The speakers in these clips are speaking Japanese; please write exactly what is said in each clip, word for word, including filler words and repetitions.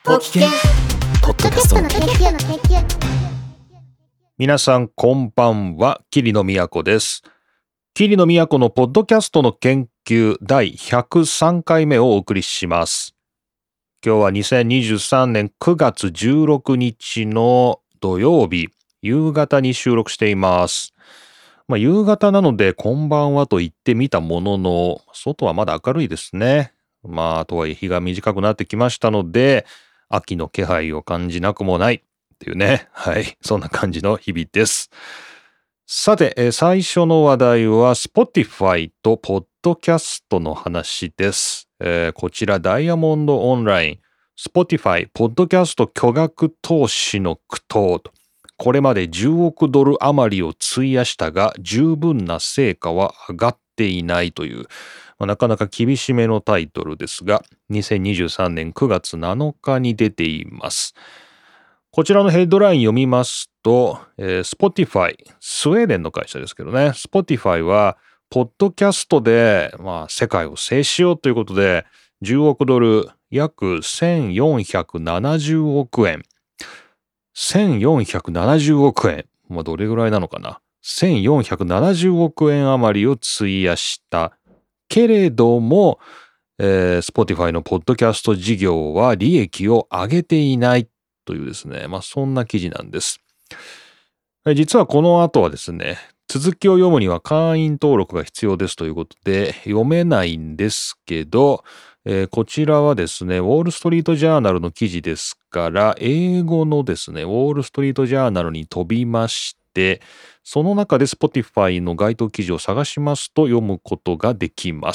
ご機嫌ポッドキャストの研究の研究。 皆さんこんばんは、桐野都です。桐野都のポッドキャストの研究だいひゃくさんかいめをお送りします。今日はにせんにじゅうさんねんくがつじゅうろくにちの土曜日、夕方に収録しています。まあ、夕方なのでこんばんはと言ってみたものの、外はまだ明るいですね。まあ、とはいえ日が短くなってきましたので、秋の気配を感じなくもないっていうね。はい。そんな感じの日々です。さて、えー最初の話題は Spotify と Podcast の話です。えーこちらダイヤモンドオンライン、Spotify、Podcast 巨額投資の苦闘と。これまでじゅうおくドル余りを費やしたが、十分な成果は上がっていないという、まあなかなか厳しめのタイトルですが、にせんにじゅうさんねんくがつなのかに出ています。こちらのヘッドライン読みますと、えー Spotify、スウェーデンの会社ですけどね、Spotify は、ポッドキャストで、まあ、世界を制しようということで、じゅうおくドル、約せんよんひゃくななじゅうおくえん。せんよんひゃくななじゅうおくえん。まあ、どれぐらいなのかな。せんよんひゃくななじゅうおくえん余りを費やしたけれども、えー Spotify のポッドキャスト事業は利益を上げていないというですね、まあそんな記事なんです。え実はこの後はですね、続きを読むには会員登録が必要ですということで読めないんですけど、えーこちらはですね、ウォールストリートジャーナルの記事ですから、英語のですね、ウォールストリートジャーナルに飛びまして、その中で Spotify の該当記事を探しますと読むことができます。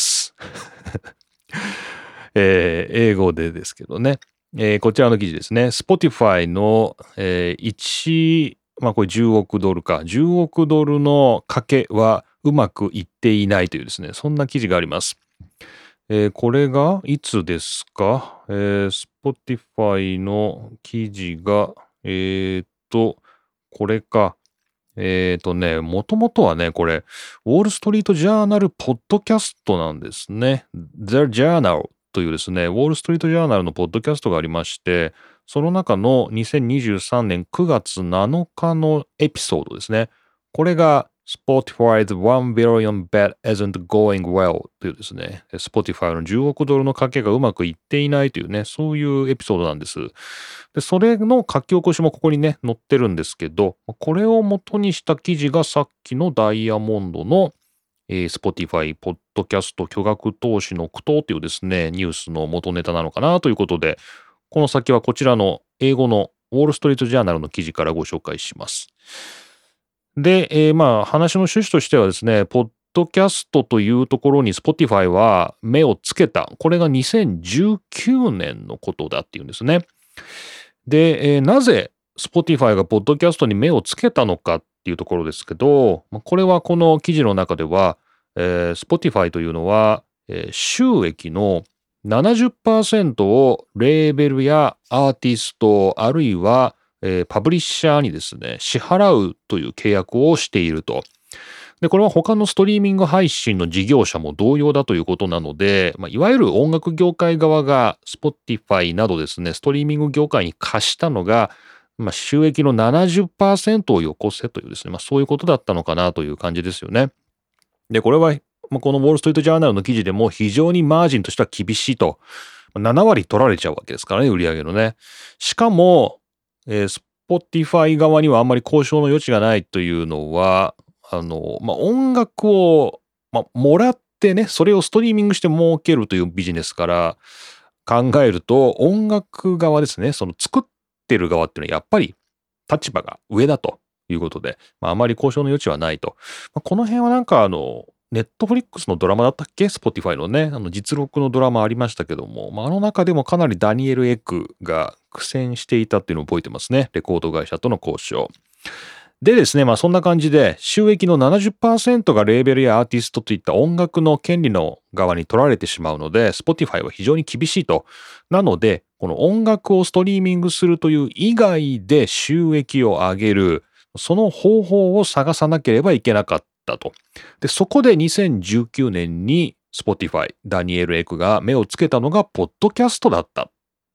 えー英語でですけどね、えーこちらの記事ですね。Spotify の、えーいち、まあこれじゅうおくドルか、じゅうおくドルの賭けはうまくいっていないというですね、そんな記事があります。えーこれがいつですか、えー Spotify の記事が、えーっと、これか。えーとね、もともとはね、これ、ウォールストリートジャーナルポッドキャストなんですね。The Journal というですね、ウォールストリートジャーナルのポッドキャストがありまして、その中のにせんにじゅうさんねんくがつなのかのエピソードですね。これが Spotify's one billion bet isn't going well というですね、Spotify のじゅうおくドルの賭けがうまくいっていないというね、そういうエピソードなんです。で、それの書き起こしもここにね、載ってるんですけど、これを元にした記事がさっきのダイヤモンドの、えー Spotify ポッドキャスト巨額投資の苦闘というですね、ニュースの元ネタなのかなということで、この先はこちらの英語のウォールストリートジャーナルの記事からご紹介します。で、えーまあ話の趣旨としてはですね、ポッドキャストというところに Spotify は目をつけた。これがにせんじゅうきゅうねんのことだっていうんですね。で、えーなぜ Spotify がポッドキャストに目をつけたのかっていうところですけど、まあこれはこの記事の中では、えー Spotify というのは、えー収益のななじゅっパーセントをレーベルやアーティスト、あるいは、えーパブリッシャーにですね、支払うという契約をしていると。で、これは他のストリーミング配信の事業者も同様だということなので、まあ、いわゆる音楽業界側が Spotify などですね、ストリーミング業界に貸したのが、まあ、収益の ななじゅっパーセント をよこせというですね、まあ、そういうことだったのかなという感じですよね。で、これは、まあ、このウォール・ストリート・ジャーナルの記事でも非常にマージンとしては厳しいと。ななわり取られちゃうわけですからね、売り上げのね。しかも、えー Spotify 側にはあんまり交渉の余地がないというのは、あの、まあ、音楽を、まあ、もらってね、それをストリーミングして儲けるというビジネスから考えると、音楽側ですね、その作ってる側っていうのはやっぱり立場が上だということで、まあ、あまり交渉の余地はないと。まあ、この辺はなんかあの、ネットフリックスのドラマだったっけ ?Spotify のね、あの実録のドラマありましたけども、まあ、あの中でもかなりダニエル・エクが苦戦していたっていうのを覚えてますね。レコード会社との交渉。でですね、まあそんな感じで収益の ななじゅっパーセント がレーベルやアーティストといった音楽の権利の側に取られてしまうので、Spotify は非常に厳しいと。なので、この音楽をストリーミングするという以外で収益を上げる、その方法を探さなければいけなかったと。で、そこでにせんじゅうきゅうねんに Spotify、ダニエル・エクが目をつけたのがポッドキャストだった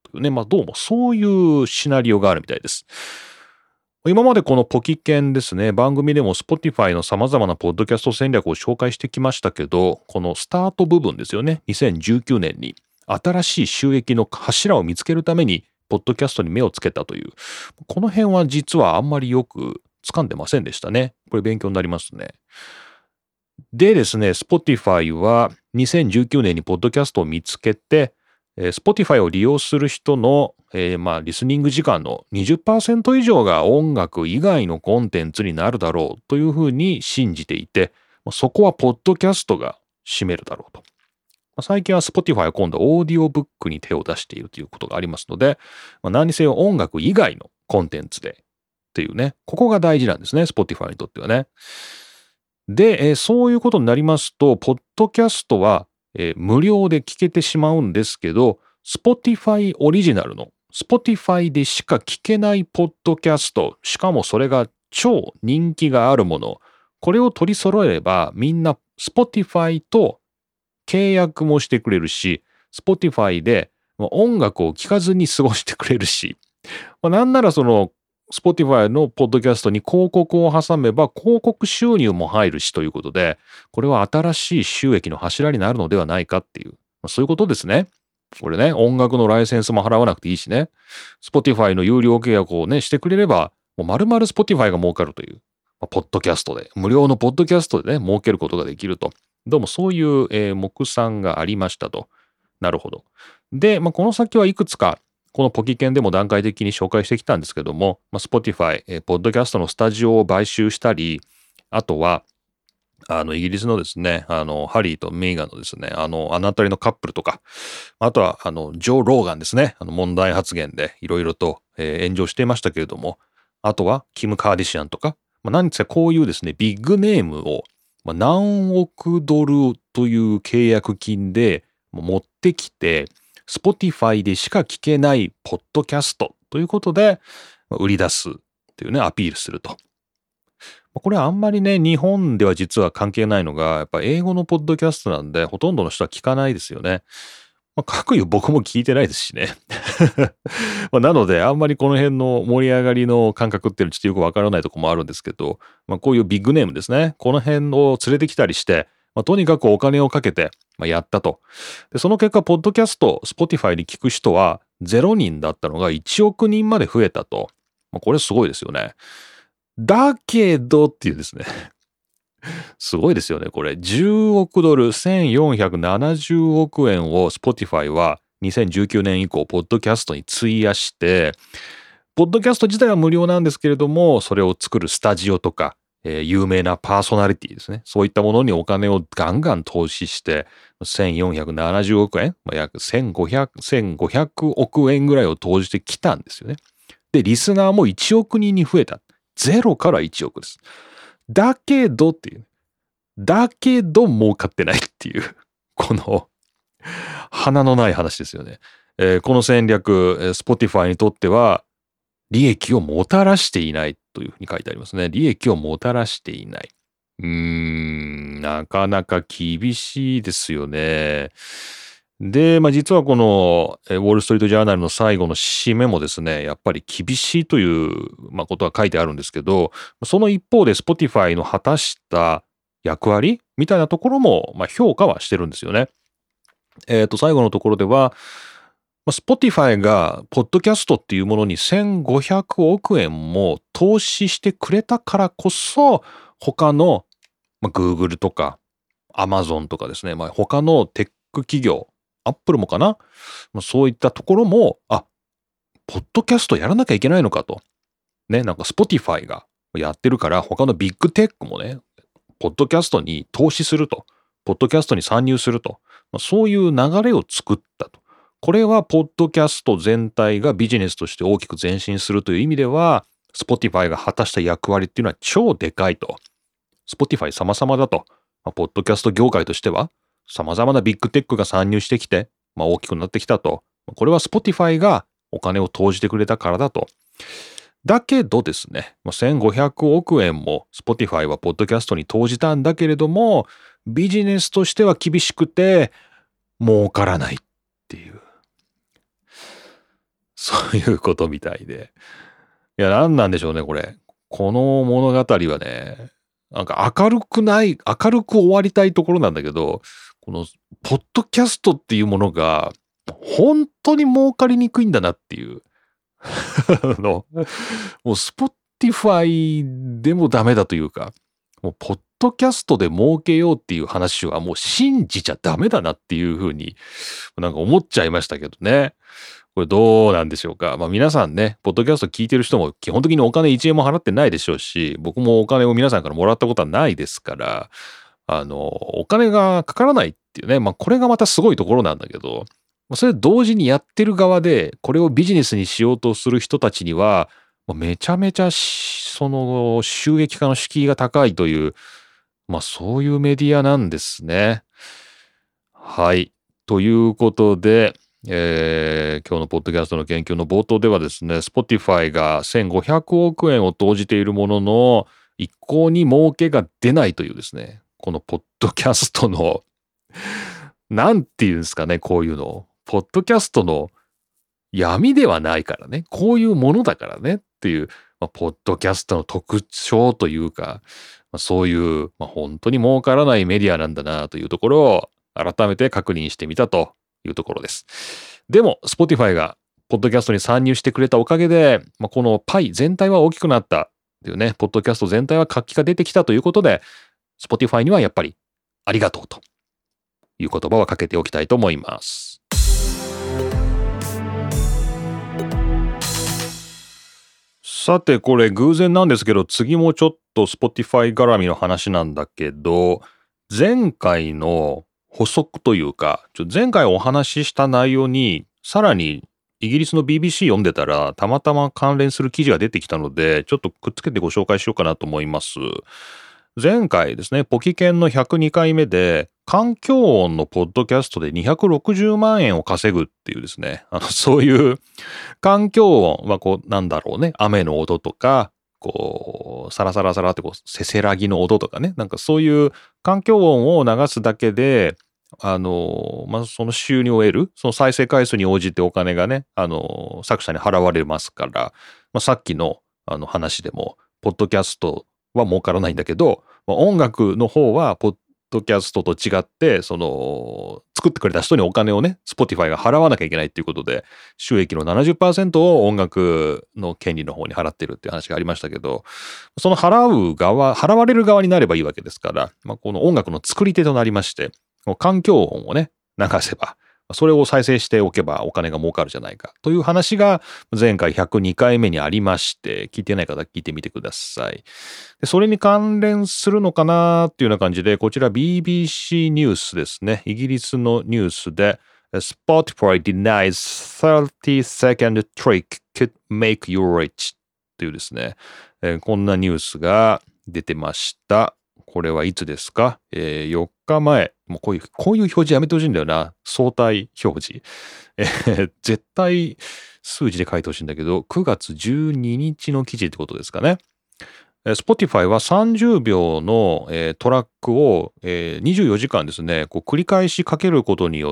というね、まあどうもそういうシナリオがあるみたいです。今までこのポキケンですね、番組でも Spotify の様々なポッドキャスト戦略を紹介してきましたけど、このスタート部分ですよね、にせんじゅうきゅうねんに新しい収益の柱を見つけるために、ポッドキャストに目をつけたという、この辺は実はあんまりよく掴んでませんでしたね。これ勉強になりますね。でですね、Spotify はにせんじゅうきゅうねんにポッドキャストを見つけて、えー、Spotify を利用する人の、えー、まあリスニング時間の にじゅっパーセント 以上が音楽以外のコンテンツになるだろうというふうに信じていて、そこはポッドキャストが占めるだろうと。最近は Spotify は今度オーディオブックに手を出しているということがありますので、まあ、何にせよ音楽以外のコンテンツでっていうね、ここが大事なんですね、Spotify にとってはね。で、えー、そういうことになりますと、ポッドキャストは、えー、無料で聞けてしまうんですけど、Spotify オリジナルの Spotify でしか聞けないポッドキャスト、しかもそれが超人気があるもの、これを取り揃えればみんな Spotify と契約もしてくれるし、Spotify で音楽を聴かずに過ごしてくれるし、なんならそのSpotify のポッドキャストに広告を挟めば広告収入も入るしということで、これは新しい収益の柱になるのではないかっていう、そういうことですね。これね、音楽のライセンスも払わなくていいしね、Spotify の有料契約をね、してくれれば、もう丸々 Spotify が儲かるという、ポッドキャストで、無料のポッドキャストでね、儲けることができると。どうもそういう、えー、目算がありましたと。なるほど。で、まあ、この先はいくつか、このポキケンでも段階的に紹介してきたんですけども、まあ、Spotify、えー、ポッドキャストのスタジオを買収したり、あとは、あの、イギリスのですね、あの、ハリーとメーガンのですね、あの、あのあたりのカップルとか、あとは、あの、ジョー・ローガンですね、あの、問題発言でいろいろと、えー、炎上していましたけれども、あとは、キム・カーディシアンとか、まあ、何せこういうですね、ビッグネームを、まあ、何億ドルという契約金で持ってきて、Spotify でしか聞けないポッドキャストということで売り出すというね、アピールすると。これはあんまりね、日本では実は関係ないのが、やっぱ英語のポッドキャストなんで、ほとんどの人は聞かないですよね。まあ、各有僕も聞いてないですしね。まあなので、あんまりこの辺の盛り上がりの感覚っていうのはちょっとよくわからないところもあるんですけど、まあ、こういうビッグネームですね。この辺を連れてきたりして、まあ、とにかくお金をかけて、まあ、やったと。で、その結果、ポッドキャスト、Spotify に聞く人はゼロにんだったのがいちおくにんまで増えたと。まあ、これすごいですよね。だけどっていうですね。すごいですよね、これ。じゅうおくドル、せんよんひゃくななじゅうおくえんを Spotify はにせんじゅうきゅうねん以降、ポッドキャストに費やして、ポッドキャスト自体は無料なんですけれども、それを作るスタジオとか、えー、有名なパーソナリティですね。そういったものにお金をガンガン投資して、せんよんひゃくななじゅうおくえん、まあ、約せんごひゃく、せんごひゃくおくえんぐらいを投じてきたんですよね。で、リスナーもいちおくにんに増えた。ゼロからいちおくです。だけどっていう。だけど儲かってないっていう、この鼻のない話ですよね。えー、この戦略、Spotify にとっては利益をもたらしていないというふうに書いてありますね。利益をもたらしていない。うーん、なかなか厳しいですよね。で、まあ、実はこのウォール・ストリート・ジャーナルの最後の締めもですね、やっぱり厳しいという、まあ、ことが書いてあるんですけど、その一方で Spotify の果たした役割みたいなところも、まあ、評価はしてるんですよね。えっと、最後のところでは、Spotify がポッドキャストっていうものにせんごひゃくおくえんも投資してくれたからこそ、他の、まあ、Google とか Amazon とかですね、まあ、他のテック企業、Apple もかな、まあ、そういったところも、あ、ポッドキャストやらなきゃいけないのかと。ね、なんか Spotify がやってるから他のビッグテックもね、ポッドキャストに投資すると。ポッドキャストに参入すると。まあ、そういう流れを作ったと。これは、ポッドキャスト全体がビジネスとして大きく前進するという意味では、Spotify が果たした役割っていうのは超でかいと。Spotify 様々だと。まあ、ポッドキャスト業界としては、様々なビッグテックが参入してきて、まあ、大きくなってきたと。これは Spotify がお金を投じてくれたからだと。だけどですね、せんごひゃくおくえんも Spotify はポッドキャストに投じたんだけれども、ビジネスとしては厳しくて儲からないっていう。 そういうことみたいで。いや、何なんでしょうね、これ。この物語はね、なんか明るくない、明るく終わりたいところなんだけど、この、ポッドキャストっていうものが、本当に儲かりにくいんだなっていう。のもう、スポティファイでもダメだというか、もう、ポッドキャストで儲けようっていう話はもう信じちゃダメだなっていうふうに、なんか思っちゃいましたけどね。これどうなんでしょうか。まあ皆さんね、ポッドキャスト聞いてる人も基本的にお金いちえんも払ってないでしょうし、僕もお金を皆さんからもらったことはないですから、あの、お金がかからないっていうね、まあこれがまたすごいところなんだけど、それ同時にやってる側で、これをビジネスにしようとする人たちには、めちゃめちゃその収益化の敷居が高いという、まあそういうメディアなんですね。はい。ということで、えー、今日のポッドキャストの研究の冒頭ではですね、Spotify がせんごひゃくおくえんを投じているものの、一向に儲けが出ないというですね、このポッドキャストの、なんていうんですかね、こういうの。ポッドキャストの闇ではないからね、こういうものだからねっていう、まあ、ポッドキャストの特徴というか、まあ、そういう、まあ、本当に儲からないメディアなんだなというところを改めて確認してみたというところです。でも、Spotify がポッドキャストに参入してくれたおかげで、まあ、このパイ全体は大きくなったっていうね、ポッドキャスト全体は活気が出てきたということで、Spotify にはやっぱりありがとうという言葉はかけておきたいと思います。さてこれ偶然なんですけど、次もちょっと Spotify 絡みの話なんだけど、前回の補足というか、前回お話しした内容にさらにイギリスの ビービーシー 読んでたらたまたま関連する記事が出てきたので、ちょっとくっつけてご紹介しようかなと思います。前回ですね、ポキケンのひゃくにかいめで、環境音のポッドキャストでにひゃくろくじゅうまんえんを稼ぐっていうですね、あのそういう環境音はこうなんだろうね、雨の音とか、こうサラサラサラってこうせせらぎの音とかね、なんかそういう環境音を流すだけで、あのまあその収入を得る、その再生回数に応じてお金がね、あの作者に払われますから、まあ、さっきのあの話でもポッドキャストは儲からないんだけど、まあ、音楽の方はポッドキャストと違ってその作ってくれた人にお金をね Spotify が払わなきゃいけないっていうことで、収益の ななじゅっパーセント を音楽の権利の方に払ってるっていう話がありましたけど、その払う側払われる側になればいいわけですから、まあ、この音楽の作り手となりまして、環境音をね流せばそれを再生しておけばお金が儲かるじゃないかという話が前回ひゃくにかいめにありまして、聞いてない方聞いてみてください。でそれに関連するのかなっていうような感じで、こちら ビービーシー ニュースですね。イギリスのニュースで Spotify denies thirty second trick could make you rich というですね、えー、こんなニュースが出てました。これはいつですか、えー、よっかまえ。もうこういう、こういう表示やめてほしいんだよな。相対表示。えー、絶対数字で書いてほしいんだけど、くがつじゅうににちの記事ってことですかね。Spotify はさんじゅうびょうの、えー、トラックを、えー、にじゅうよじかんですね、こう繰り返しかけることによって、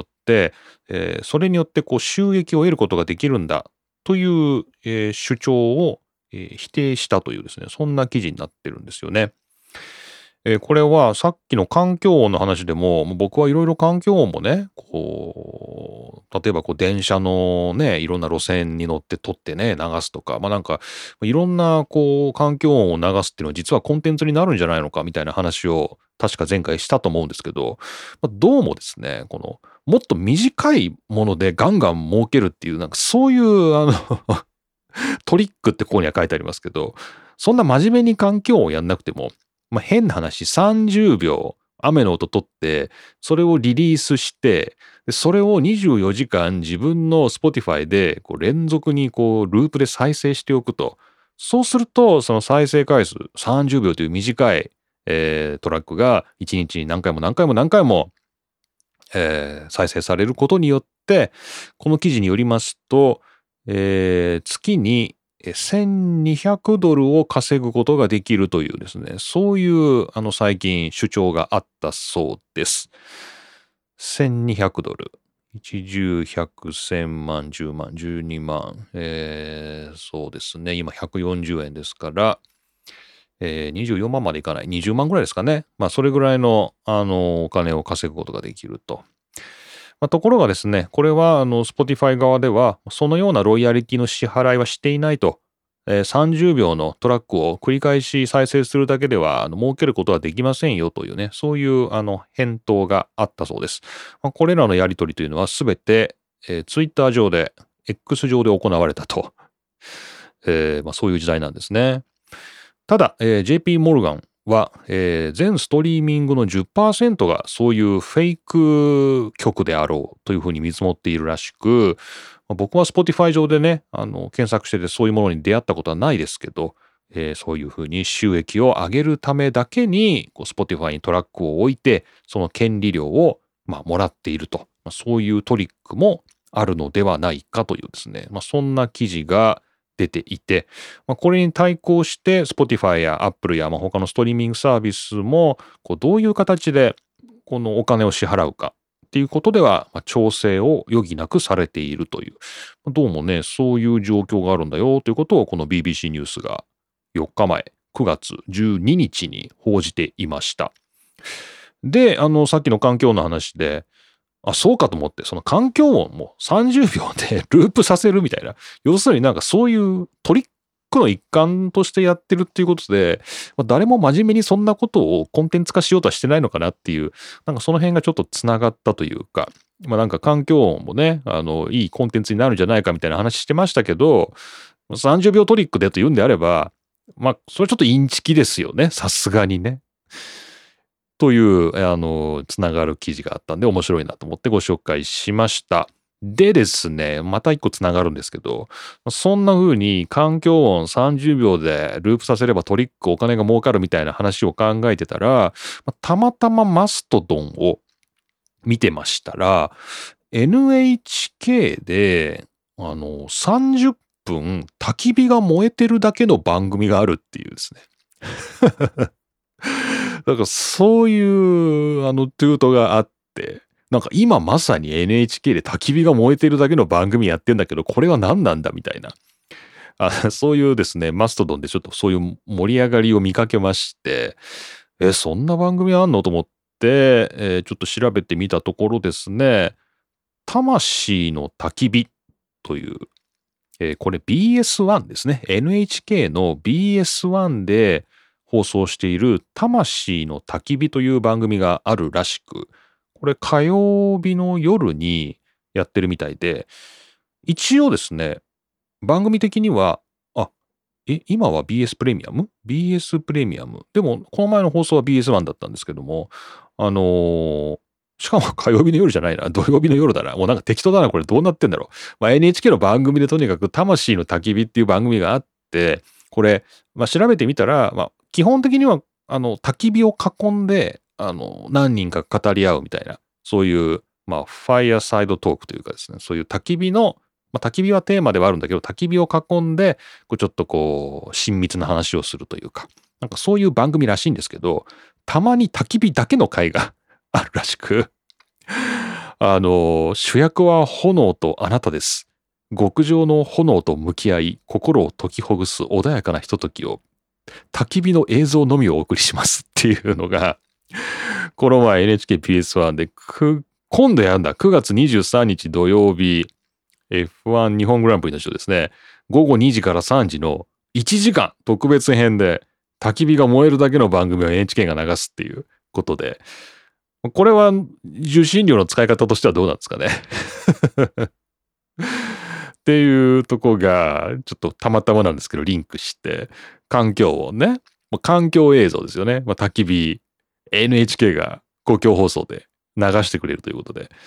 えー、それによってこう収益を得ることができるんだという、えー、主張を、えー、否定したというですね、そんな記事になってるんですよね。えー、これはさっきの環境音の話でも、僕はいろいろ環境音もね、こう、例えばこう電車のね、いろんな路線に乗って撮ってね、流すとか、まあなんか、いろんなこう環境音を流すっていうのは実はコンテンツになるんじゃないのかみたいな話を確か前回したと思うんですけど、まあ、どうもですね、この、もっと短いものでガンガン儲けるっていう、なんかそういう、あのトリックってここには書いてありますけど、そんな真面目に環境音をやんなくても、まあ、変な話さんじゅうびょう雨の音取ってそれをリリースして、それをにじゅうよじかん自分の Spotify でこう連続にこうループで再生しておくと、そうするとその再生回数さんじゅうびょうという短い、えー、トラックがいちにちに何回も何回も何回も、えー、再生されることによって、この記事によりますと、えー、月にせんにひゃくドルを稼ぐことができるというですね、そういうあの最近主張があったそうです。せんにひゃくドル。 いち、じゅう、ひゃく、せんまん、じゅうまん、じゅうにまん、えー、そうですね。今ひゃくよんじゅうえんですから、えー、にじゅうよんまんまでいかない。にじゅうまんぐらいですかね。まあ、それぐらいの、あの、お金を稼ぐことができると。まあ、ところがですね、これは、あの、Spotify 側では、そのようなロイヤリティの支払いはしていないと。えー、さんじゅうびょうのトラックを繰り返し再生するだけでは、あの、儲けることはできませんよというね、そういう、あの、返答があったそうです。まあ、これらのやり取りというのはすべて、えー、Twitter 上で、X 上で行われたと。えーまあ、そういう時代なんですね。ただ、えー、ジェイピー モルガンは、えー、全ストリーミングの じゅっパーセント がそういうフェイク曲であろうというふうに見積もっているらしく、まあ、僕は Spotify 上でね、あの、検索しててそういうものに出会ったことはないですけど、えー、そういうふうに収益を上げるためだけに、こう Spotify にトラックを置いて、その権利料を、まあ、もらっていると。まあ、そういうトリックもあるのではないかというですね、まあ、そんな記事が出ていて、まあ、これに対抗して Spotify や Apple やまあ他のストリーミングサービスもこうどういう形でこのお金を支払うかっていうことでは、まあ、調整を余儀なくされているという、どうもね、そういう状況があるんだよということをこの ビービーシー ニュースがよっかまえ、くがつじゅうににちに報じていました。で、あの、さっきの環境の話で、あ、そうかと思って、その環境音もさんじゅうびょうでループさせるみたいな。要するになんかそういうトリックの一環としてやってるっていうことで、まあ、誰も真面目にそんなことをコンテンツ化しようとはしてないのかなっていう、なんかその辺がちょっとつながったというか、まあなんか環境音もね、あの、いいコンテンツになるんじゃないかみたいな話してましたけど、さんじゅうびょうトリックでと言うんであれば、まあ、それちょっとインチキですよね。さすがにね。という、あの、つながる記事があったんで面白いなと思ってご紹介しました。でですね、また一個つながるんですけど、そんな風に環境音さんじゅうびょうでループさせればトリックお金が儲かるみたいな話を考えてたら、たまたまマストドンを見てましたら、エヌエイチケー で、あの、さんじゅっぷん焚き火が燃えてるだけの番組があるっていうですね。だからそういうあのトゥートがあって、なんか今まさに エヌエイチケー で焚き火が燃えてるだけの番組やってんだけど、これは何なんだみたいな。あ、そういうですね、マストドンでちょっとそういう盛り上がりを見かけまして、え、そんな番組あんのと思って、えーちょっと調べてみたところですね、魂の焚き火という、えーこれ ビーエスワン ですね。エヌエイチケー の ビーエスワン で放送している魂の焚き火という番組があるらしく、これ火曜日の夜にやってるみたいで、一応ですね、番組的には、あ、え、今は ビーエス プレミアム ?ビーエス プレミアム。でも、この前の放送は ビーエスワン だったんですけども、あのーしかも火曜日の夜じゃないな。土曜日の夜だな。もうなんか適当だな。これどうなってんだろう。まあ、エヌエイチケー の番組でとにかく魂の焚き火っていう番組があって、これ、まあ、調べてみたら、まあ、基本的には、あの、焚き火を囲んで、あの、何人か語り合うみたいな、そういう、まあ、ファイアサイドトークというかですね、そういう焚き火の、まあ、焚き火はテーマではあるんだけど、焚き火を囲んで、こうちょっとこう、親密な話をするというか、なんかそういう番組らしいんですけど、たまに焚き火だけの回があるらしく、あの、主役は炎とあなたです。極上の炎と向き合い、心を解きほぐす穏やかなひとときを、焚き火の映像のみをお送りしますっていうのが、この前 エヌエイチケーピーエスワン でく、今度やるんだ。くがつにじゅうさんにち土曜日、エフワン 日本グランプリの人ですね。ごごにじからさんじのいちじかん特別編で焚き火が燃えるだけの番組を エヌエイチケー が流すっていうことで、これは受信料の使い方としてはどうなんですかね。っていうとこがちょっとたまたまなんですけどリンクして環境音ね、環境映像ですよね。まあ、焚き火 エヌエイチケー が公共放送で流してくれるということで。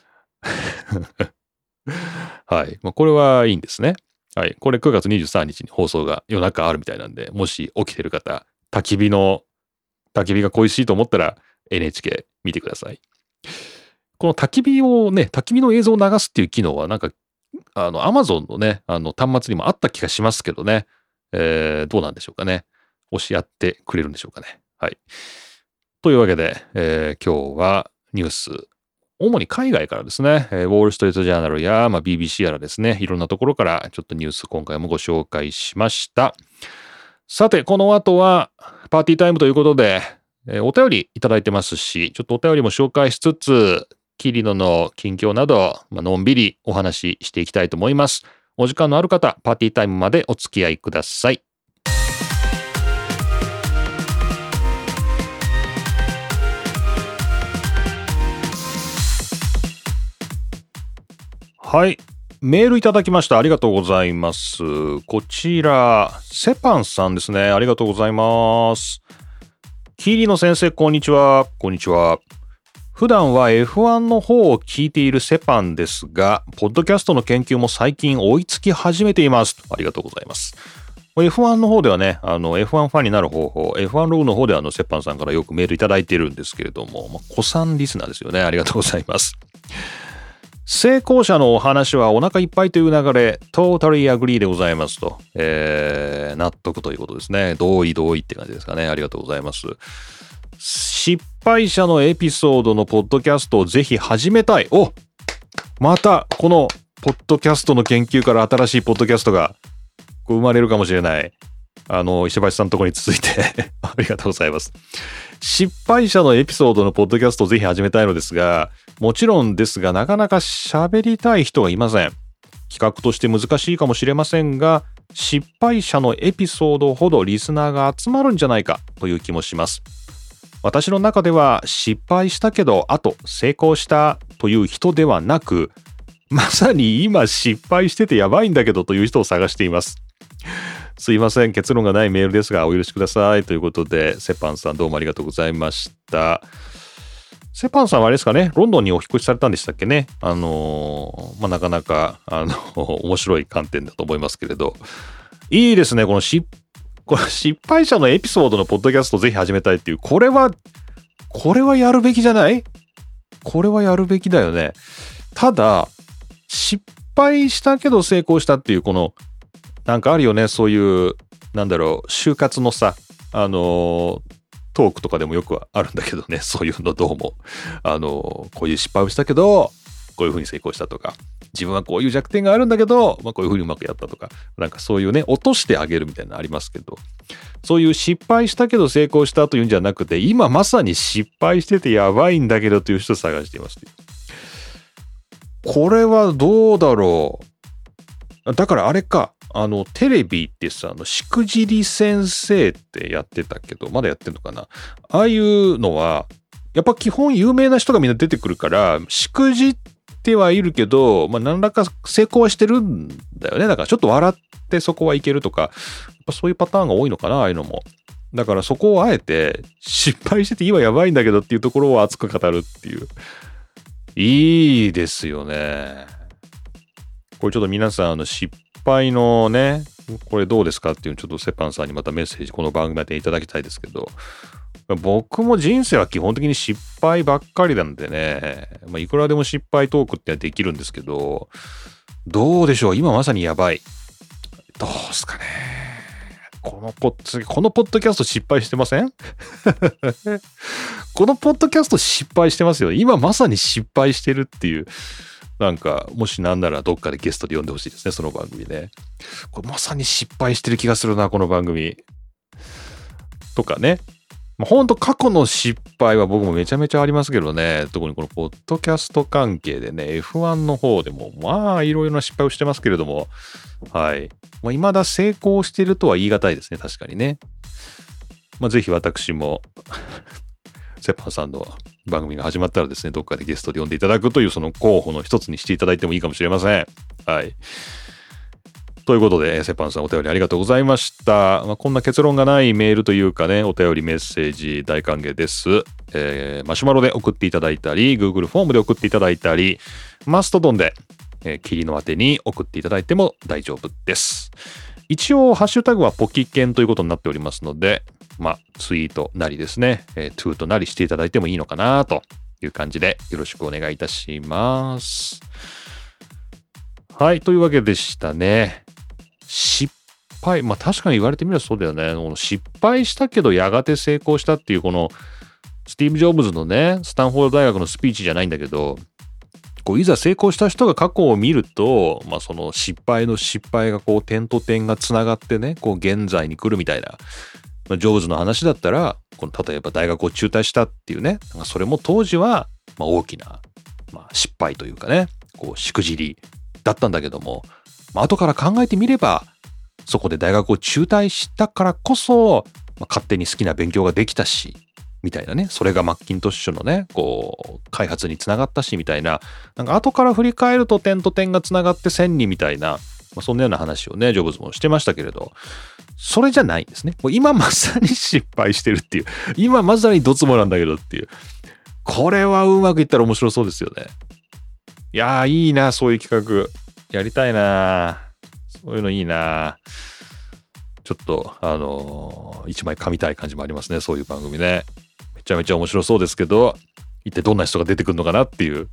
はい。まあ、これはいいんですね。はい。これくがつにじゅうさんにちに放送が夜中あるみたいなんで、もし起きてる方、焚き火の、焚き火が恋しいと思ったら エヌエイチケー 見てください。この焚き火をね、焚き火の映像を流すっていう機能はなんか、あの、Amazon のね、あの、端末にもあった気がしますけどね。えー、どうなんでしょうかね。もしやってくれるんでしょうかね。はい。というわけで、えー、今日はニュース主に海外からですね、えーウォール・ストリート・ジャーナルや、まあ、ビービーシー やらですね、いろんなところからちょっとニュース今回もご紹介しました。さて、この後はパーティータイムということで、えーお便りいただいてますし、ちょっとお便りも紹介しつつ、キリノの近況など、まあのんびりお話ししていきたいと思います。お時間のある方、パーティータイムまでお付き合いください。はい。メールいただきました。ありがとうございます。こちら、セパンさんですね。ありがとうございます。キリノ先生、こんにちは。こんにちは。普段は エフワン の方を聞いているセパンですが、ポッドキャストの研究も最近追いつき始めています。ありがとうございます。エフワン の方ではね、あの エフワン ファンになる方法、エフワン ログの方ではあのセパンさんからよくメールいただいているんですけれども、まあ、古参リスナーですよね。ありがとうございます。成功者のお話はお腹いっぱいという流れ、totally agree でございますと、えー、納得ということですね。同意同意って感じですかね。ありがとうございます。失敗者のエピソードのポッドキャストをぜひ始めたい。お、またこのポッドキャストの研究から新しいポッドキャストが生まれるかもしれない。あの石橋さんのところに続いてありがとうございます。失敗者のエピソードのポッドキャストをぜひ始めたいのですが、もちろんですがなかなか喋りたい人がいません。企画として難しいかもしれませんが、失敗者のエピソードほどリスナーが集まるんじゃないかという気もします。私の中では失敗したけどあと成功したという人ではなく、まさに今失敗しててやばいんだけどという人を探しています。すいません、結論がないメールですがお許しくださいということで、セパンさんどうもありがとうございました。セパンさんはあれですかね、ロンドンにお引っ越しされたんでしたっけね。あのー、まあ、なかなかあの面白い観点だと思いますけれど、いいですね、この失これ失敗者のエピソードのポッドキャストをぜひ始めたいっていう、これはこれはやるべきじゃない？これはやるべきだよね。ただ失敗したけど成功したっていう、このなんかあるよね、そういうなんだろう、就活のさ、あのー、トークとかでもよくあるんだけどね、そういうのどうもあのー、こういう失敗をしたけどこういう風に成功したとか、自分はこういう弱点があるんだけど、まあ、こういう風にうまくやったとか、なんかそういうね、落としてあげるみたいなのありますけど、そういう失敗したけど成功したというんじゃなくて、今まさに失敗しててやばいんだけどという人を探しています。これはどうだろう。だからあれか、あのテレビってさ、あのしくじり先生ってやってたけど、まだやってんのかな。ああいうのはやっぱ基本有名な人がみんな出てくるから、しくじってはいるけど、まあ、何らか成功はしてるんだよね。だからちょっと笑ってそこはいけるとか、やっぱそういうパターンが多いのかな、ああいうのも。だからそこをあえて失敗してて今やばいんだけどっていうところを熱く語るっていう、いいですよね。これちょっと皆さん、あの失敗のね、これどうですかっていう、ちょっとセパンさんにまたメッセージこの番組でいただきたいですけど、僕も人生は基本的に失敗ばっかりなんでね、まあ、いくらでも失敗トークってできるんですけど、どうでしょう、今まさにやばい。どうすかね。このポッこのポッドキャスト失敗してませんこのポッドキャスト失敗してますよ。今まさに失敗してるっていう。なんかもしなんならどっかでゲストで呼んでほしいですね、その番組ね。これまさに失敗してる気がするな、この番組とかね。まあ、ほんと過去の失敗は僕もめちゃめちゃありますけどね。特にこのポッドキャスト関係でね、エフワン の方でもまあいろいろな失敗をしてますけれども、はい。まあ、未だ成功してるとは言い難いですね、確かにね。まあ、ぜひ私もセッパンさんの番組が始まったらですね、どっかでゲストで呼んでいただくというその候補の一つにしていただいてもいいかもしれません。はい。ということで、セッパンさんお便りありがとうございました。まあ、こんな結論がないメールというかね、お便りメッセージ大歓迎です。えー、マシュマロで送っていただいたり、Google フォームで送っていただいたり、マストドンで、えー、キリの宛てに送っていただいても大丈夫です。一応、ハッシュタグはポキケンということになっておりますので、まあ、ツイートなりですね、えー、トゥートなりしていただいてもいいのかなという感じでよろしくお願いいたします。はい、というわけでしたね。失敗、まあ確かに言われてみればそうだよね。この失敗したけどやがて成功したっていうこのスティーブ・ジョブズのね、スタンフォード大学のスピーチじゃないんだけど、こういざ成功した人が過去を見ると、まあその失敗の失敗がこう点と点がつながってね、こう現在に来るみたいな、まあ、ジョブズの話だったら、この例えば大学を中退したっていうね、なんかそれも当時はまあ大きな、まあ、失敗というかね、こうしくじりだったんだけども、まあ、後から考えてみれば、そこで大学を中退したからこそ、まあ、勝手に好きな勉強ができたし、みたいなね、それがマッキントッシュのね、こう、開発につながったし、みたいな、なんか後から振り返ると点と点がつながって線にみたいな、まあ、そんなような話をね、ジョブズもしてましたけれど、それじゃないんですね。もう今まさに失敗してるっていう、今まさにドツボなんだけどっていう、これはうまくいったら面白そうですよね。いやー、いいな、そういう企画。やりたいな。そういうのいいな。ちょっと、あのー、一枚噛みたい感じもありますね、そういう番組ね。めちゃめちゃ面白そうですけど、一体どんな人が出てくるのかなっていう。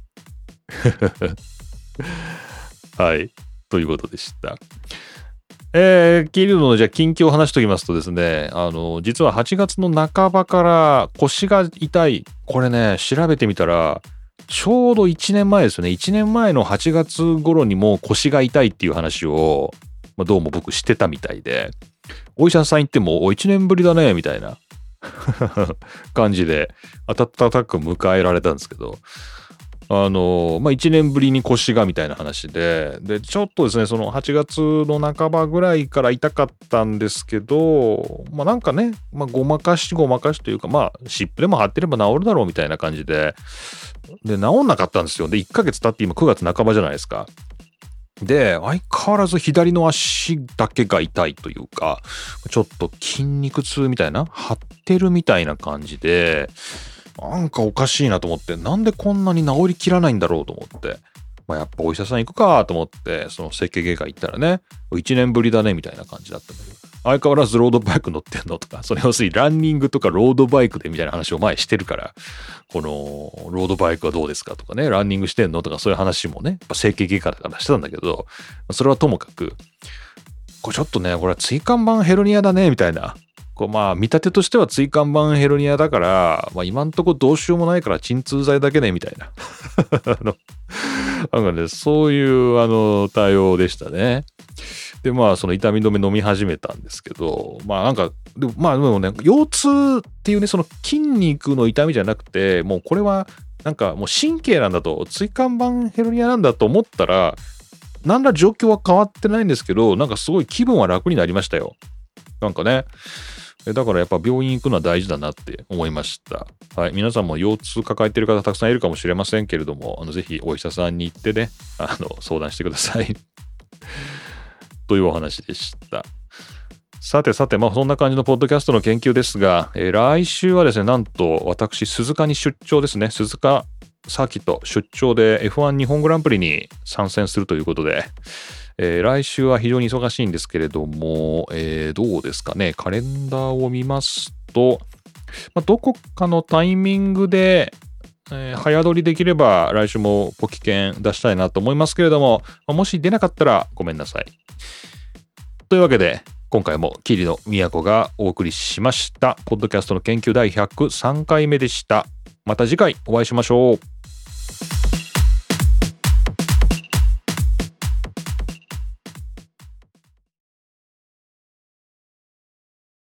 はい。ということでした。えー、キルのじゃあ近況を話しておきますとですね、あの、実ははちがつの半ばから腰が痛い。これね、調べてみたら、ちょうどいちねんまえですよね。いちねんまえのはちがつ頃にも腰が痛いっていう話を、まあ、どうも僕してたみたいで、お医者さん行っても、お、いちねんぶりだね、みたいな感じで、温かく迎えられたんですけど、あの、まあ、いちねんぶりに腰がみたいな話で、で、ちょっとですね、そのはちがつの半ばぐらいから痛かったんですけど、まあ、なんかね、まあ、ごまかしごまかしというか、まあ、湿布でも貼ってれば治るだろうみたいな感じで、で、治んなかったんですよ。で、いっかげつ経って今くがつなかばじゃないですか。で、相変わらず左の足だけが痛いというか、ちょっと筋肉痛みたいな、張ってるみたいな感じで、なんかおかしいなと思って、なんでこんなに治りきらないんだろうと思って、まあ、やっぱお医者さん行くかと思って、その整形外科行ったらね、いちねんぶりだねみたいな感じだったんだけど、相変わらずロードバイク乗ってんのとか、それ要するにランニングとかロードバイクでみたいな話を前してるから、このロードバイクはどうですかとかね、ランニングしてんのとかそういう話もね、やっぱ整形外科だからしてたんだけど、それはともかく、これちょっとね、これは椎間板ヘルニアだねみたいな。こうまあ見立てとしては椎間板ヘルニアだから、まあ、今んとこどうしようもないから鎮痛剤だけねみたいなあのなんかね、そういうあの対応でしたね。でまあその痛み止め飲み始めたんですけど、まあなんかでもまあでもね、腰痛っていうね、その筋肉の痛みじゃなくて、もうこれはなんかもう神経なんだと、椎間板ヘルニアなんだと思ったら、何ら状況は変わってないんですけど、なんかすごい気分は楽になりましたよ。なんかね。だからやっぱ病院行くのは大事だなって思いました。はい。皆さんも腰痛抱えてる方たくさんいるかもしれませんけれども、あのぜひお医者さんに行ってね、あの相談してください。というお話でした。さてさて、まあそんな感じのポッドキャストの研究ですが、えー、来週はですね、なんと私、鈴鹿に出張ですね。鈴鹿サーキット出張で エフワン 日本グランプリに参戦するということで、えー、来週は非常に忙しいんですけれども、えー、どうですかね、カレンダーを見ますと、まあ、どこかのタイミングで、えー、早撮りできれば来週もポキ券出したいなと思いますけれども、まあ、もし出なかったらごめんなさい。というわけで、今回も桐野都がお送りしました。ポッドキャストの研究だいひゃくさんかいめでした。また次回お会いしましょう。